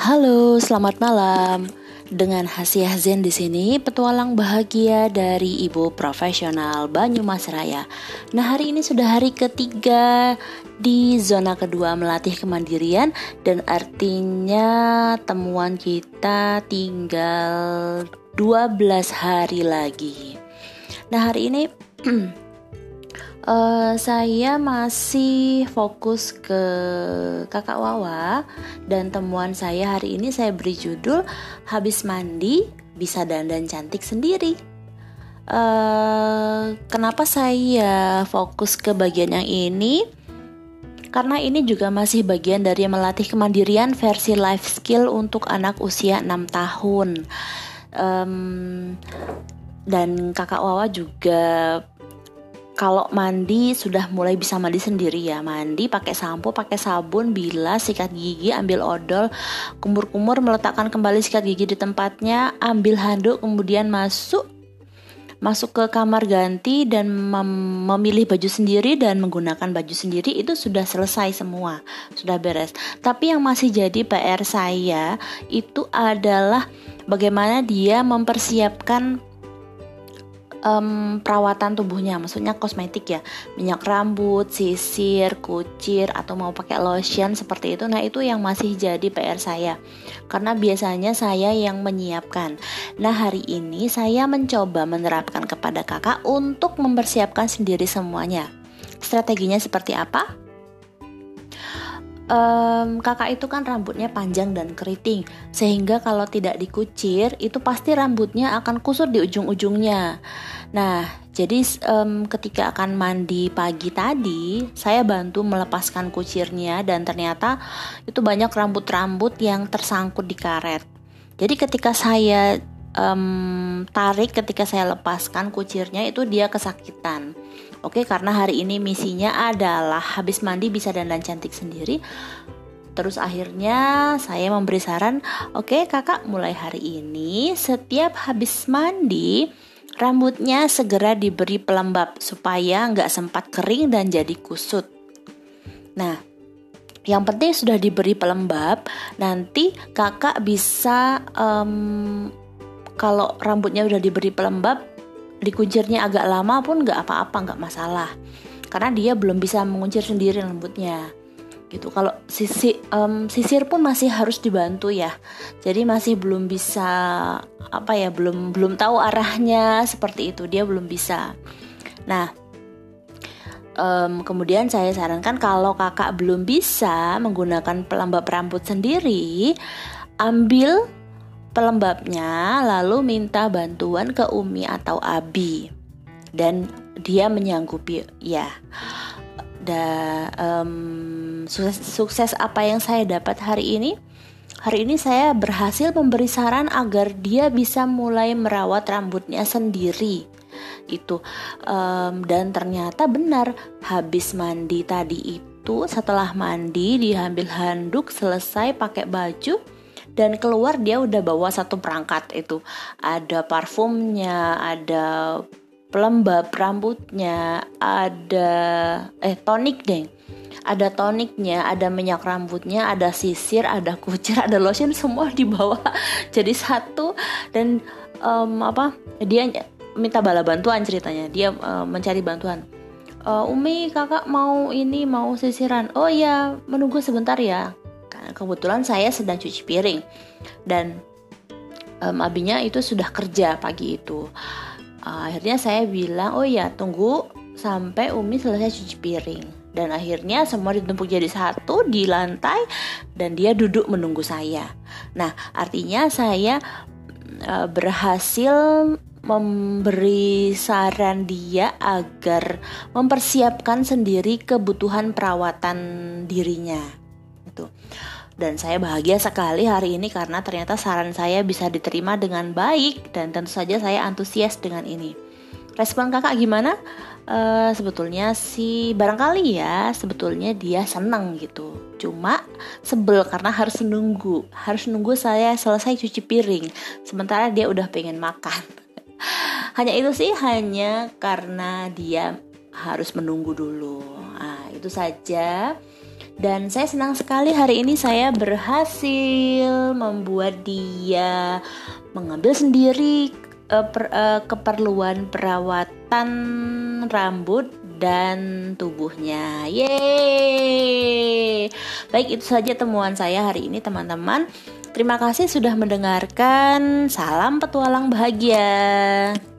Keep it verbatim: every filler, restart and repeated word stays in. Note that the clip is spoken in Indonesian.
Halo, selamat malam. Dengan Hasiah Zen di sini, petualang bahagia dari ibu profesional Banyumas Raya. Nah, hari ini sudah hari ketiga di zona kedua melatih kemandirian, dan artinya temuan kita tinggal dua belas hari lagi. Nah, hari ini Uh, saya masih fokus ke kakak Wawa, dan temuan saya hari ini saya beri judul habis mandi bisa dandan cantik sendiri. Uh, kenapa saya fokus ke bagian yang ini? Karena ini juga masih bagian dari melatih kemandirian versi life skill untuk anak usia enam tahun. Um, dan kakak Wawa juga kalau mandi sudah mulai bisa mandi sendiri ya. Mandi pakai sampo, pakai sabun, bilas, sikat gigi, ambil odol, kumur-kumur, meletakkan kembali sikat gigi di tempatnya, ambil handuk, kemudian masuk masuk ke kamar ganti dan mem- memilih baju sendiri dan menggunakan baju sendiri. Itu sudah selesai semua, sudah beres. Tapi yang masih jadi P R saya itu adalah bagaimana dia mempersiapkan Um, perawatan tubuhnya, maksudnya kosmetik ya, minyak rambut, sisir, kucir, atau mau pakai lotion seperti itu. Nah, itu yang masih jadi P R saya, karena biasanya saya yang menyiapkan. Nah, hari ini saya mencoba menerapkan kepada kakak untuk mempersiapkan sendiri semuanya. Strateginya seperti apa? Um, kakak itu kan rambutnya panjang dan keriting, sehingga kalau tidak dikucir itu pasti rambutnya akan kusut di ujung-ujungnya. Nah, jadi um, ketika akan mandi pagi tadi, saya bantu melepaskan kucirnya, dan ternyata itu banyak rambut-rambut yang tersangkut di karet. Jadi ketika saya um, tarik, ketika saya lepaskan kucirnya, itu dia kesakitan. Oke, karena hari ini misinya adalah habis mandi bisa dandan cantik sendiri. Terus akhirnya saya memberi saran, oke kakak, mulai hari ini setiap habis mandi rambutnya segera diberi pelembab supaya nggak sempat kering dan jadi kusut. Nah, yang penting sudah diberi pelembab, nanti kakak bisa um, kalau rambutnya udah diberi pelembab, dikuncirnya agak lama pun nggak apa-apa, nggak masalah, karena dia belum bisa menguncir sendiri rambutnya gitu. Kalau sisi um, sisir pun masih harus dibantu ya, jadi masih belum bisa apa ya, belum belum tahu arahnya seperti itu, dia belum bisa. Nah, um, kemudian saya sarankan kalau kakak belum bisa menggunakan pelembab rambut sendiri, ambil pelembabnya lalu minta bantuan ke Umi atau Abi, dan dia menyanggupi ya. Dan um, sukses, sukses apa yang saya dapat hari ini? Hari ini saya berhasil memberi saran agar dia bisa mulai merawat rambutnya sendiri. Itu um, dan ternyata benar, habis mandi tadi itu, setelah mandi diambil handuk, selesai pakai baju dan keluar, dia udah bawa satu perangkat itu. Ada parfumnya, ada pelembab rambutnya, ada eh tonik deh. Ada toniknya, ada minyak rambutnya, ada sisir, ada kucir, ada lotion, semua dibawa jadi satu. Dan um, apa? Dia minta bala bantuan ceritanya. Dia um, mencari bantuan. Uh, Umi, kakak mau ini, mau sisiran. Oh iya, menunggu sebentar ya. Kebetulan saya sedang cuci piring, dan um, abinya itu sudah kerja pagi itu. Uh, akhirnya saya bilang, oh ya, tunggu sampai Umi selesai cuci piring. Dan akhirnya semua ditumpuk jadi satu di lantai, dan dia duduk menunggu saya. Nah, artinya saya uh, berhasil memberi saran dia agar mempersiapkan sendiri kebutuhan perawatan dirinya. Itu. Dan saya bahagia sekali hari ini karena ternyata saran saya bisa diterima dengan baik, dan tentu saja saya antusias dengan ini. Respon kakak gimana? Uh, sebetulnya sih barangkali ya, sebetulnya dia senang gitu. Cuma sebel karena harus nunggu, harus nunggu saya selesai cuci piring, sementara dia udah pengen makan. Hanya itu sih, hanya karena dia harus menunggu dulu. Nah, itu saja. Dan saya senang sekali hari ini saya berhasil membuat dia mengambil sendiri uh, per, uh, keperluan perawatan rambut dan tubuhnya. Yeay. Baik, itu saja temuan saya hari ini teman-teman. Terima kasih sudah mendengarkan. Salam petualang bahagia.